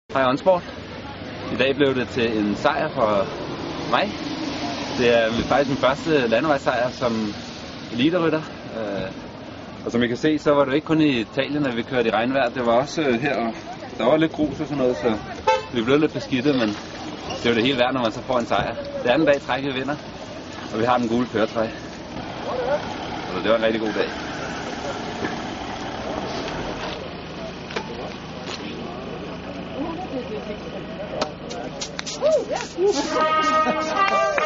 Hej OnSport. I dag blev det til en sejr for mig. Det er faktisk min første landevejssejr som eliterytter. Og som I kan se, så var det ikke kun i Italien, at vi kørte i regnvejr. Det var også her, og der var lidt grus og sådan noget, så vi blev lidt beskidte, men det var det hele værd, når man så får en sejr. Det anden dag træk, vi vinder, og vi har den gule køretøj. Så det var en rigtig god dag. Yeah.